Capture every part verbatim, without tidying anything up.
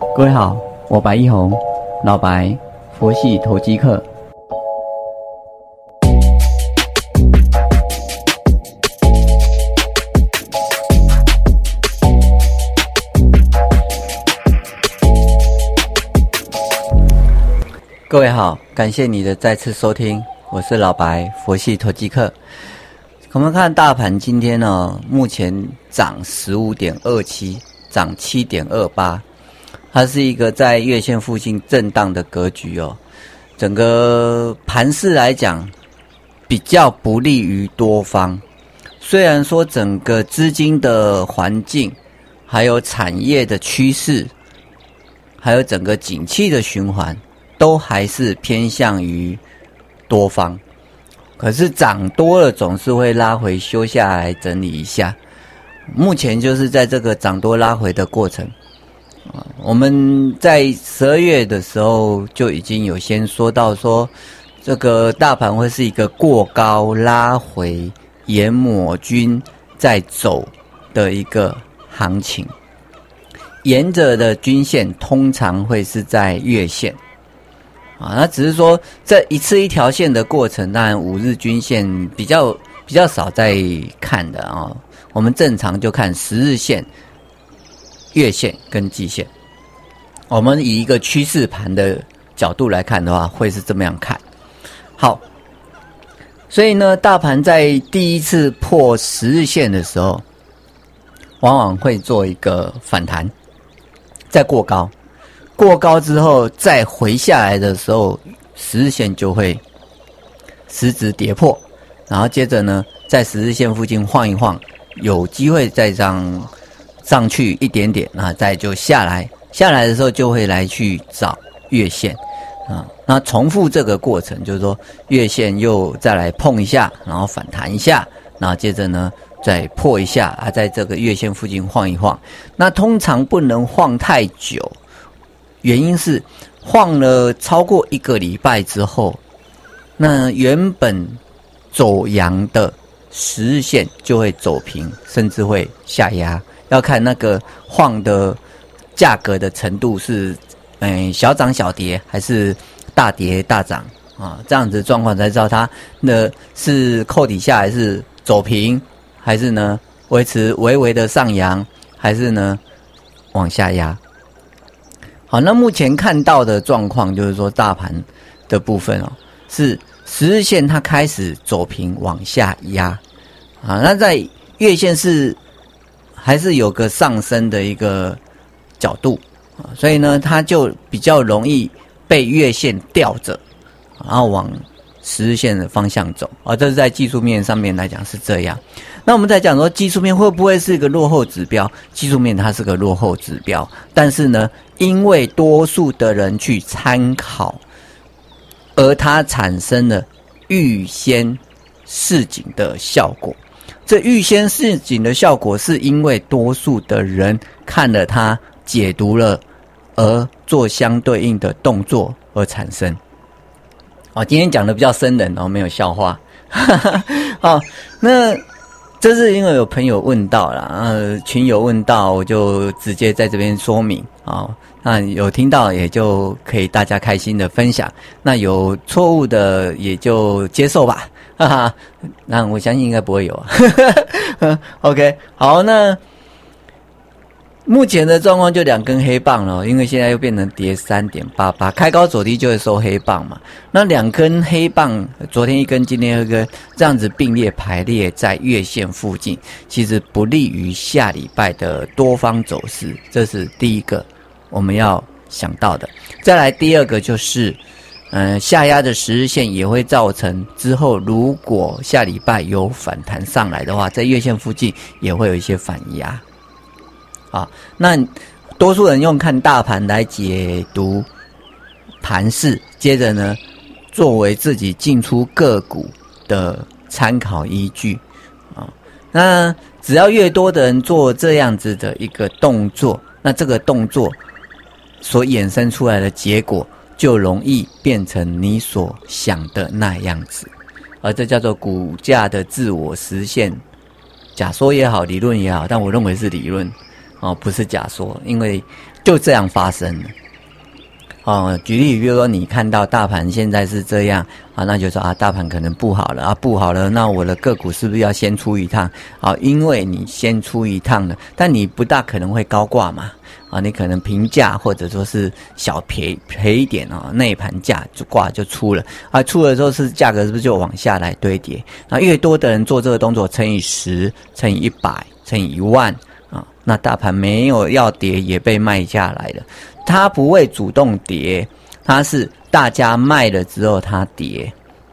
各位好，我白一红，老白，佛系投机客。各位好，感谢你的再次收听，我是老白，佛系投机客。我们看大盘今天呢，目前涨 十五点二七， 涨 七点二八， 它是一个在月线附近震荡的格局哦。整个盘势来讲比较不利于多方，虽然说整个资金的环境还有产业的趋势还有整个景气的循环都还是偏向于多方，可是涨多了总是会拉回休下来整理一下，目前就是在这个涨多拉回的过程。我们在十二月的时候就已经有先说到说，这个大盘会是一个过高拉回研抹均在走的一个行情，沿着的均线通常会是在月线啊，那只是说这一次一条线的过程，当然五日均线比较比较少在看的啊、哦，我们正常就看十日线、月线跟季线。我们以一个趋势盘的角度来看的话，会是这么样看。好，所以呢，大盘在第一次破十日线的时候，往往会做一个反弹，再过高。过高之后再回下来的时候，十日线就会实质跌破，然后接着呢在十日线附近晃一晃，有机会再上上去一点点，那再就下来，下来的时候就会来去找月线啊，那重复这个过程，就是说月线又再来碰一下，然后反弹一下，然后接着呢再破一下啊，在这个月线附近晃一晃，那通常不能晃太久。原因是晃了超过一个礼拜之后，那原本走阳的十日线就会走平，甚至会下压，要看那个晃的价格的程度是嗯小涨小跌还是大跌大涨啊，这样子状况才知道它那是扣底下还是走平，还是呢维持微微的上扬，还是呢往下压。好，那目前看到的状况就是说，大盘的部分哦，是十日线它开始走平往下压啊，那在月线是还是有个上升的一个角度啊，所以呢，它就比较容易被月线吊着，然后往十日线的方向走啊，这是在技术面上面来讲是这样。那我们再讲说技术面会不会是一个落后指标？技术面它是个落后指标，但是呢，因为多数的人去参考，而它产生了预先示警的效果。这预先示警的效果是因为多数的人看了它解读了，而做相对应的动作而产生。哦，今天讲的比较生冷哦，没有笑话。好，那这是因为有朋友问到啦，呃，群友问到，我就直接在这边说明啊、哦。那有听到也就可以大家开心的分享，那有错误的也就接受吧，哈哈。那我相信应该不会有啊。OK， 好，那目前的状况就两根黑棒了，因为现在又变成跌 三点八八， 开高走低就会收黑棒嘛。那两根黑棒，昨天一根今天一根，这样子并列排列在月线附近，其实不利于下礼拜的多方走势，这是第一个我们要想到的。再来第二个就是嗯，下压的十日线也会造成之后如果下礼拜有反弹上来的话，在月线附近也会有一些反压啊，那多数人用看大盘来解读盘势，接着呢，作为自己进出个股的参考依据啊。那只要越多的人做这样子的一个动作，那这个动作所衍生出来的结果，就容易变成你所想的那样子，而这叫做股价的自我实现。假说也好，理论也好，但我认为是理论。哦，不是假说，因为就这样发生了。哦，举例，比如说你看到大盘现在是这样啊，那就说啊，大盘可能不好了啊，不好了，那我的个股是不是要先出一趟啊？因为你先出一趟了，但你不大可能会高挂嘛啊，你可能平价或者说是小赔赔一点啊，内盘价就挂就出了啊，出了之后是价格是不是就往下来堆叠？那越多的人做这个动作，乘以十，乘以一百，乘以一万啊，那大盘没有要跌也被卖下来了。它不会主动跌，它是大家卖了之后它跌。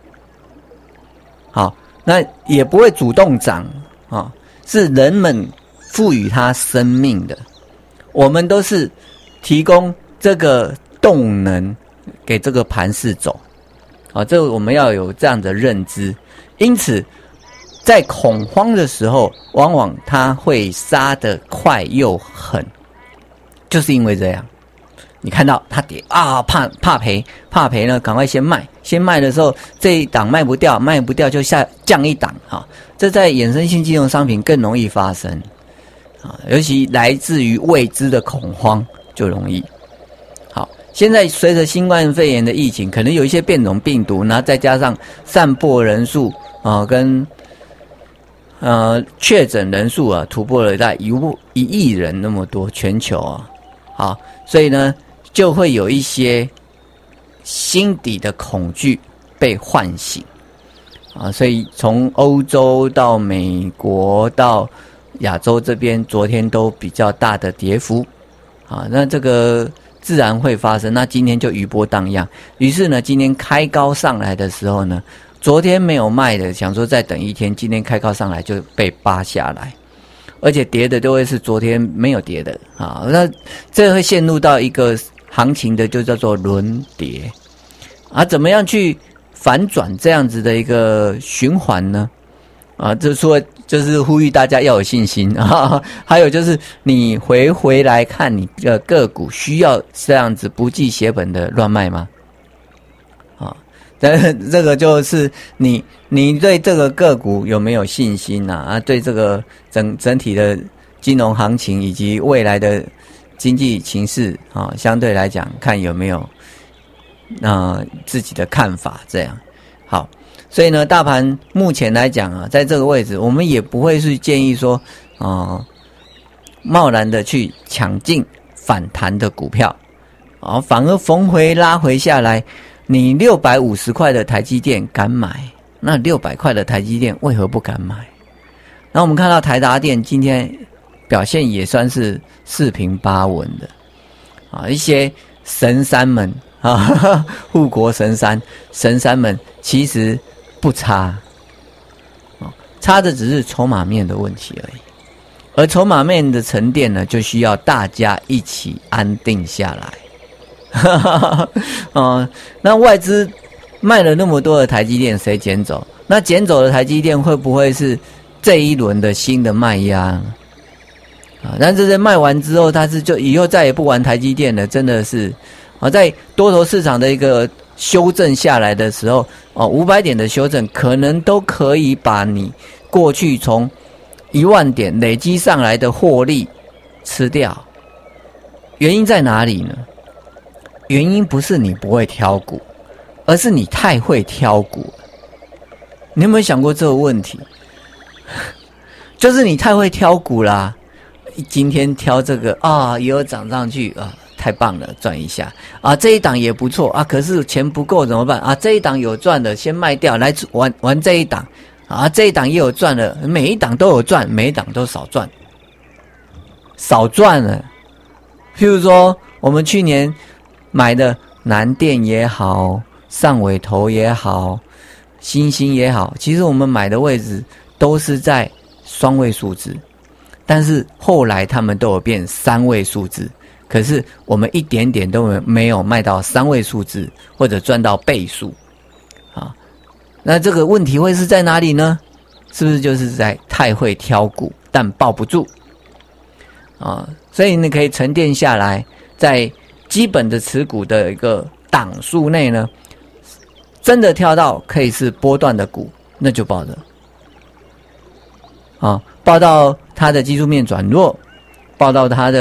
好，那也不会主动涨啊，是人们赋予它生命的。我们都是提供这个动能给这个盘势走。啊，这我们要有这样的认知。因此，在恐慌的时候，往往它会杀得快又狠，就是因为这样。你看到它跌啊，怕怕赔，怕赔呢，赶快先卖。先卖的时候，这一档卖不掉，卖不掉就下降一档啊。这在衍生性金融商品更容易发生啊，尤其来自于未知的恐慌就容易。好，现在随着新冠肺炎的疫情，可能有一些变种病毒，然后再加上散播人数啊，跟呃确诊人数啊，突破了在一一亿人那么多，全球啊，好，所以呢。就会有一些心底的恐惧被唤醒啊，所以从欧洲到美国到亚洲这边，昨天都比较大的跌幅啊，那这个自然会发生。那今天就余波荡漾，于是呢，今天开高上来的时候呢，昨天没有卖的，想说再等一天，今天开高上来就被扒下来。而且跌的都会是昨天没有跌的啊，那这会陷入到一个行情的就叫做轮跌啊，怎么样去反转这样子的一个循环呢？啊，这说就是呼吁大家要有信心啊，还有就是你回回来看你的个股需要这样子不计血本的乱卖吗？啊，这这个就是你你对这个个股有没有信心啊？啊，对这个整整体的金融行情以及未来的经济情势啊，相对来讲看有没有呃自己的看法这样。好，所以呢，大盘目前来讲啊，在这个位置，我们也不会是建议说啊、呃，贸然的去抢进反弹的股票啊，反而逢回拉回下来，你六百五十块的台积电敢买，那六百块的台积电为何不敢买？然后我们看到台达电今天表现也算是四平八稳的啊，一些神山们啊，护国神山神山们其实不差，差的只是筹码面的问题而已。而筹码面的沉淀呢，就需要大家一起安定下来。啊，那外资卖了那么多的台积电，谁捡走？那捡走的台积电会不会是这一轮的新的卖压啊？但这些卖完之后，它是就以后再也不玩台积电了，真的是啊，在多头市场的一个修正下来的时候，哦，五百点的修正可能都可以把你过去从一万点累积上来的获利吃掉。原因在哪里呢？原因不是你不会挑股，而是你太会挑股。你有没有想过这个问题？就是你太会挑股啦。今天挑这个啊，也有涨上去啊，太棒了，赚一下啊！这一档也不错啊，可是钱不够怎么办啊？这一档有赚的，先卖掉，来玩玩这一档啊！这一档也有赚的，每一档都有赚，每一档都少赚，少赚了。譬如说，我们去年买的南电也好，上尾投也好，新兴也好，其实我们买的位置都是在双位数字。但是后来他们都有变三位数字，可是我们一点点都没有卖到三位数字，或者赚到倍数啊。那这个问题会是在哪里呢？是不是就是在太会挑股，但抱不住啊？所以你可以沉淀下来，在基本的持股的一个档数内呢，真的挑到可以是波段的股，那就抱着啊。报到它的技术面转弱，报到它的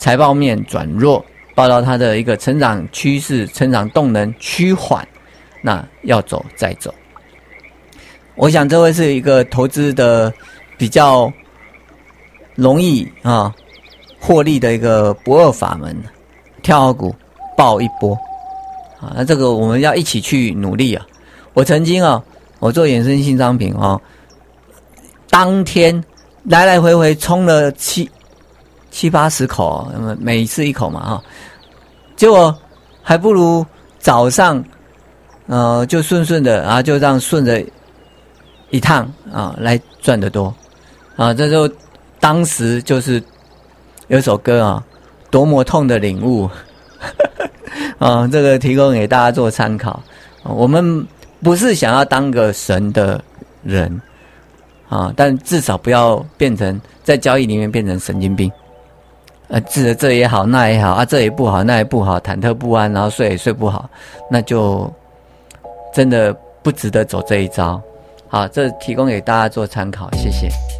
财报面转弱，报道它的一个成长趋势、成长动能趋缓，那要走再走。我想这会是一个投资的比较容易啊获利的一个不二法门，跳好股抱一波啊，那这个我们要一起去努力啊。我曾经啊，我做衍生性商品啊，当天来来回回冲了七七八十口，每次一口嘛哈，结果还不如早上呃就顺顺的啊，就这样顺着一趟啊来赚得多啊。这就当时就是有一首歌啊，多么痛的领悟啊，这个提供给大家做参考。啊、我们不是想要当个神的人啊，但至少不要变成在交易里面变成神经病。呃，这这也好，那也好啊，这也不好，那也不好，忐忑不安，然后睡也睡不好，那就真的不值得走这一招。好，这提供给大家做参考，谢谢。